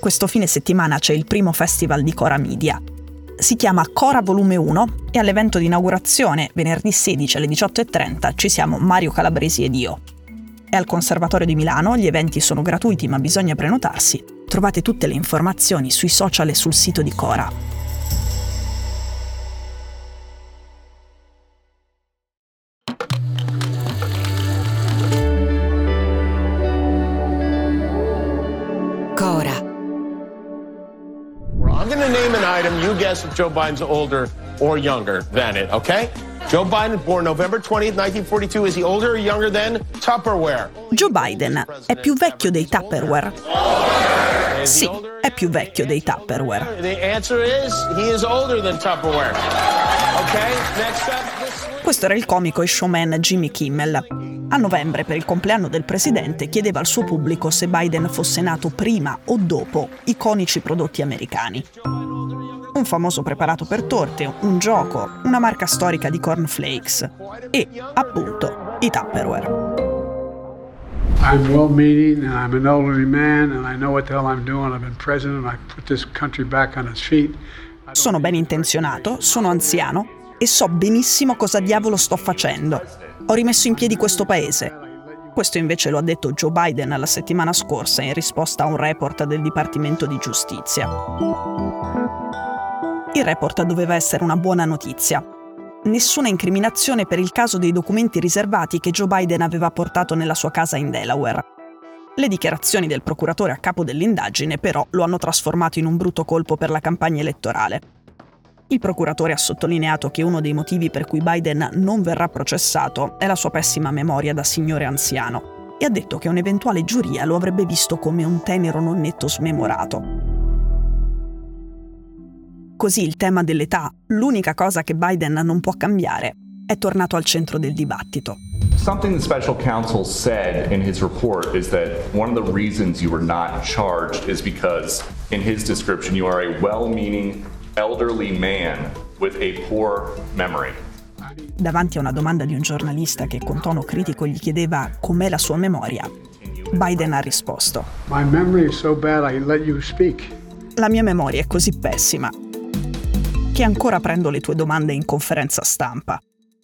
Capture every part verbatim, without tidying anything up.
Questo fine settimana c'è il primo festival di Cora Media. Si chiama Cora Volume uno e all'evento di inaugurazione, venerdì sedici alle diciotto e trenta, ci siamo Mario Calabresi ed io. È al Conservatorio di Milano, gli eventi sono gratuiti ma bisogna prenotarsi. Trovate tutte le informazioni sui social e sul sito di Cora. Cora. I'm going to name an item. You guess if Joe Biden's older or younger than it, okay? Joe Biden, born November twentieth, nineteen forty-two. Is he older or younger than Tupperware? Joe Biden è più vecchio dei Tupperware? Sì, è più vecchio dei Tupperware. The answer is he is older than Tupperware. Okay, next up. Questo era il comico e showman Jimmy Kimmel. A novembre, per il compleanno del presidente, chiedeva al suo pubblico se Biden fosse nato prima o dopo iconici prodotti americani. Un famoso preparato per torte, un gioco, una marca storica di cornflakes e, appunto, i Tupperware. I'm well-meaning and I'm an elderly man and I know what the hell I'm doing. I've been president and I've put this country back on its feet. Sono ben intenzionato, sono anziano e so benissimo cosa diavolo sto facendo. Ho rimesso in piedi questo paese. Questo invece lo ha detto Joe Biden la settimana scorsa in risposta a un report del Dipartimento di Giustizia. Il report doveva essere una buona notizia. Nessuna incriminazione per il caso dei documenti riservati che Joe Biden aveva portato nella sua casa in Delaware. Le dichiarazioni del procuratore a capo dell'indagine però lo hanno trasformato in un brutto colpo per la campagna elettorale. Il procuratore ha sottolineato che uno dei motivi per cui Biden non verrà processato è la sua pessima memoria da signore anziano e ha detto che un'eventuale giuria lo avrebbe visto come un tenero nonnetto smemorato. Così il tema dell'età, l'unica cosa che Biden non può cambiare, è tornato al centro del dibattito. Something the special counsel said in his report is that one of the reasons you were not charged is because, in his description, you are a well-meaning elderly man with a poor memory. Davanti a una domanda di un giornalista che con tono critico gli chiedeva com'è la sua memoria, Biden ha risposto: My memory is so bad I let you speak. La mia memoria è così pessima che ancora prendo le tue domande in conferenza stampa.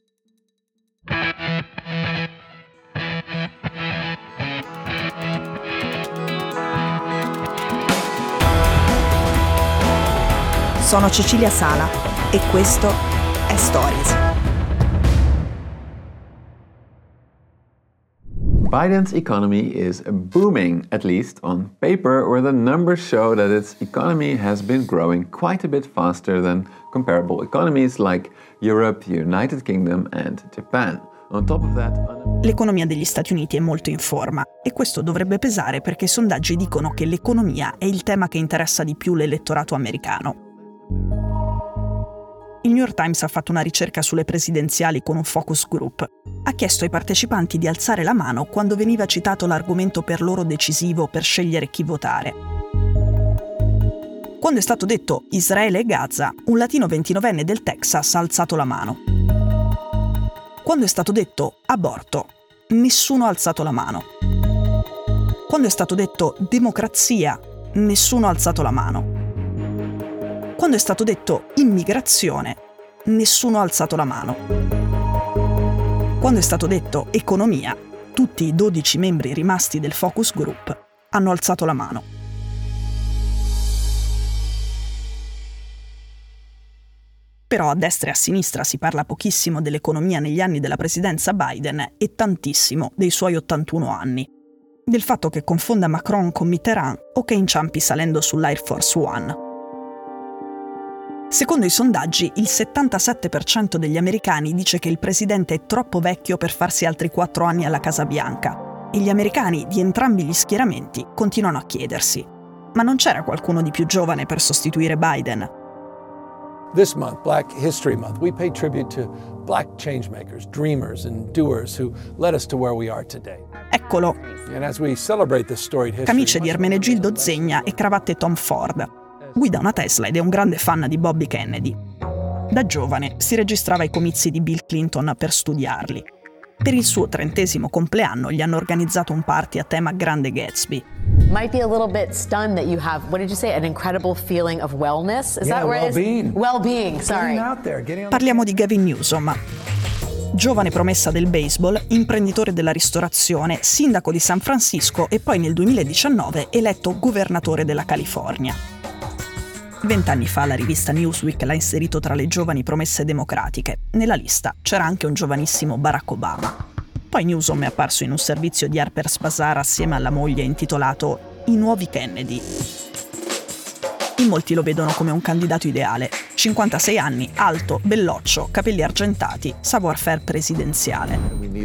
Sono Cecilia Sala e questo è Stories. Biden's economy is booming, at least on paper, where the numbers show that its economy has been growing quite a bit faster than comparable economies like Europe, the United Kingdom and Japan. On top of that, l'economia degli Stati Uniti è molto in forma e questo dovrebbe pesare perché i sondaggi dicono che l'economia è il tema che interessa di più l'elettorato americano. Il New York Times ha fatto una ricerca sulle presidenziali con un focus group. Ha chiesto ai partecipanti di alzare la mano quando veniva citato l'argomento per loro decisivo per scegliere chi votare. Quando è stato detto Israele e Gaza, un latino ventinovenne del Texas ha alzato la mano. Quando è stato detto aborto, nessuno ha alzato la mano. Quando è stato detto democrazia, nessuno ha alzato la mano. Quando è stato detto immigrazione, nessuno ha alzato la mano. Quando è stato detto economia, tutti i dodici membri rimasti del focus group hanno alzato la mano. Però a destra e a sinistra si parla pochissimo dell'economia negli anni della presidenza Biden e tantissimo dei suoi ottantuno anni. Del fatto che confonda Macron con Mitterrand o che inciampi salendo sull'Air Force One. Secondo i sondaggi, il settantasette per cento degli americani dice che il presidente è troppo vecchio per farsi altri quattro anni alla Casa Bianca e gli americani di entrambi gli schieramenti continuano a chiedersi: ma non c'era qualcuno di più giovane per sostituire Biden? This month, Black History Month, we pay tribute to black changemakers, dreamers and doers who led us to where we are today. Eccolo. And as we celebrate this storied history, camicie di Ermenegildo Zegna e cravatte Tom Ford. Guida una Tesla ed è un grande fan di Bobby Kennedy. Da giovane si registrava ai comizi di Bill Clinton per studiarli. Per il suo trentesimo compleanno gli hanno organizzato un party a tema Grande Gatsby. might be a little bit stunned that you have, what did you say, an incredible feeling of wellness? Is Yeah, that right? well-being. Well-being, sorry. Getting out there, getting on the- Parliamo di Gavin Newsom. Giovane promessa del baseball, imprenditore della ristorazione, sindaco di San Francisco e poi nel duemiladiciannove eletto governatore della California. Vent'anni fa la rivista Newsweek l'ha inserito tra le giovani promesse democratiche. Nella lista c'era anche un giovanissimo Barack Obama. Poi Newsom è apparso in un servizio di Harper's Bazaar assieme alla moglie intitolato I nuovi Kennedy. In molti lo vedono come un candidato ideale. cinquantasei anni, alto, belloccio, capelli argentati, savoir-faire presidenziale.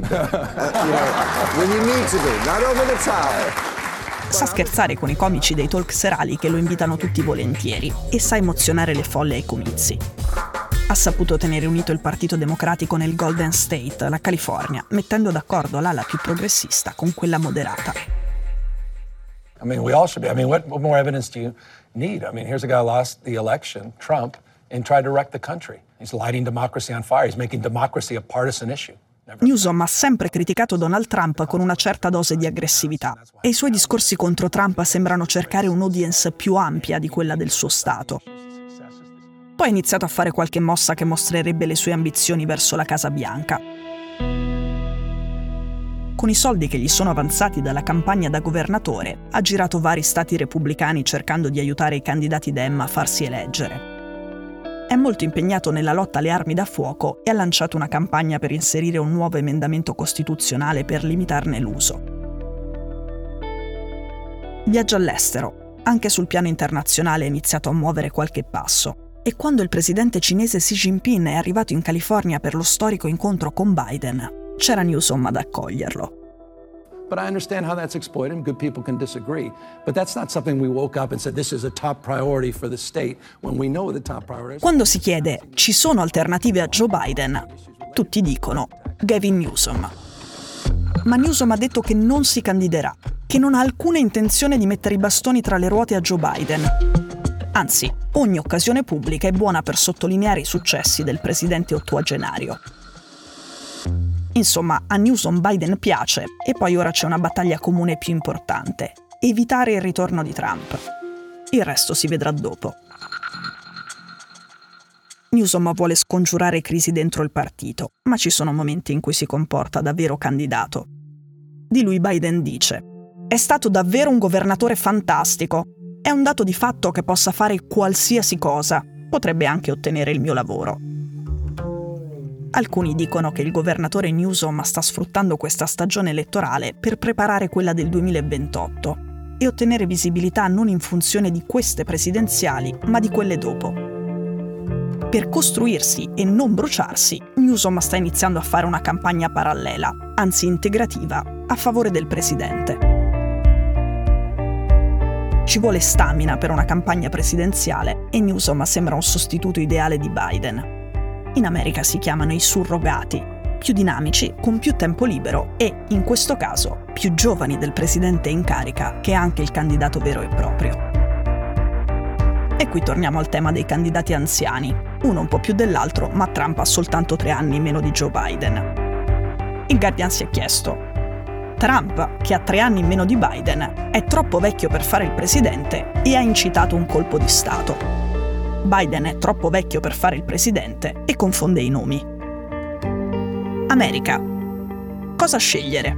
Sa scherzare con i comici dei talk serali che lo invitano tutti volentieri e sa emozionare le folle ai comizi. Ha saputo tenere unito il Partito Democratico nel Golden State, la California, mettendo d'accordo l'ala più progressista con quella moderata. I mean, we all should be. I mean, what, what more evidence do you need? I mean, here's a guy who lost the election, Trump, and tried to wreck the country. He's lighting democracy on fire. He's making democracy a partisan issue. Never. Newsom ha sempre criticato Donald Trump con una certa dose di aggressività e i suoi discorsi contro Trump sembrano cercare un'audience più ampia di quella del suo stato. Poi ha iniziato a fare qualche mossa che mostrerebbe le sue ambizioni verso la Casa Bianca. Con i soldi che gli sono avanzati dalla campagna da governatore, ha girato vari stati repubblicani cercando di aiutare i candidati Dem a farsi eleggere. È molto impegnato nella lotta alle armi da fuoco e ha lanciato una campagna per inserire un nuovo emendamento costituzionale per limitarne l'uso. Viaggia all'estero. Anche sul piano internazionale ha iniziato a muovere qualche passo. E quando il presidente cinese Xi Jinping è arrivato in California per lo storico incontro con Biden, c'era Newsom ad accoglierlo. But I understand how that's exploited, and good people can disagree. But that's not something we woke up and said this is a top priority for the state when we know what the top priority is. Quando si chiede ci sono alternative a Joe Biden, tutti dicono Gavin Newsom. Ma Newsom ha detto che non si candiderà, che non ha alcuna intenzione di mettere i bastoni tra le ruote a Joe Biden. Anzi, ogni occasione pubblica è buona per sottolineare i successi del presidente ottuagenario. Insomma, a Newsom Biden piace e poi ora c'è una battaglia comune più importante: evitare il ritorno di Trump. Il resto si vedrà dopo. Newsom vuole scongiurare crisi dentro il partito, ma ci sono momenti in cui si comporta da vero candidato. Di lui Biden dice: «È stato davvero un governatore fantastico. È un dato di fatto che possa fare qualsiasi cosa. Potrebbe anche ottenere il mio lavoro». Alcuni dicono che il governatore Newsom sta sfruttando questa stagione elettorale per preparare quella del duemilaventotto e ottenere visibilità non in funzione di queste presidenziali, ma di quelle dopo. Per costruirsi e non bruciarsi, Newsom sta iniziando a fare una campagna parallela, anzi integrativa, a favore del presidente. Ci vuole stamina per una campagna presidenziale e Newsom sembra un sostituto ideale di Biden. In America si chiamano i surrogati, più dinamici, con più tempo libero e, in questo caso, più giovani del presidente in carica, che è anche il candidato vero e proprio. E qui torniamo al tema dei candidati anziani, uno un po' più dell'altro, ma Trump ha soltanto tre anni meno di Joe Biden. Il Guardian si è chiesto: Trump, che ha tre anni meno di Biden, è troppo vecchio per fare il presidente e ha incitato un colpo di Stato. Biden è troppo vecchio per fare il presidente e confonde i nomi. America. Cosa scegliere?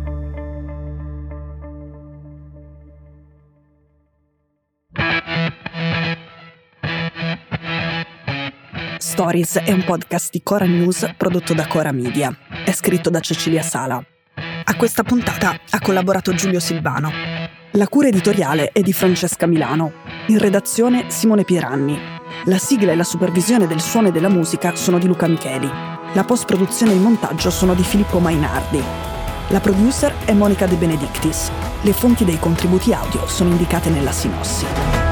Stories è un podcast di Cora News prodotto da Cora Media. È scritto da Cecilia Sala. A questa puntata ha collaborato Giulio Silvano. La cura editoriale è di Francesca Milano. In redazione Simone Pieranni. La sigla e la supervisione del suono e della musica sono di Luca Micheli. La post-produzione e il montaggio sono di Filippo Mainardi. La producer è Monica De Benedictis. Le fonti dei contributi audio sono indicate nella sinossi.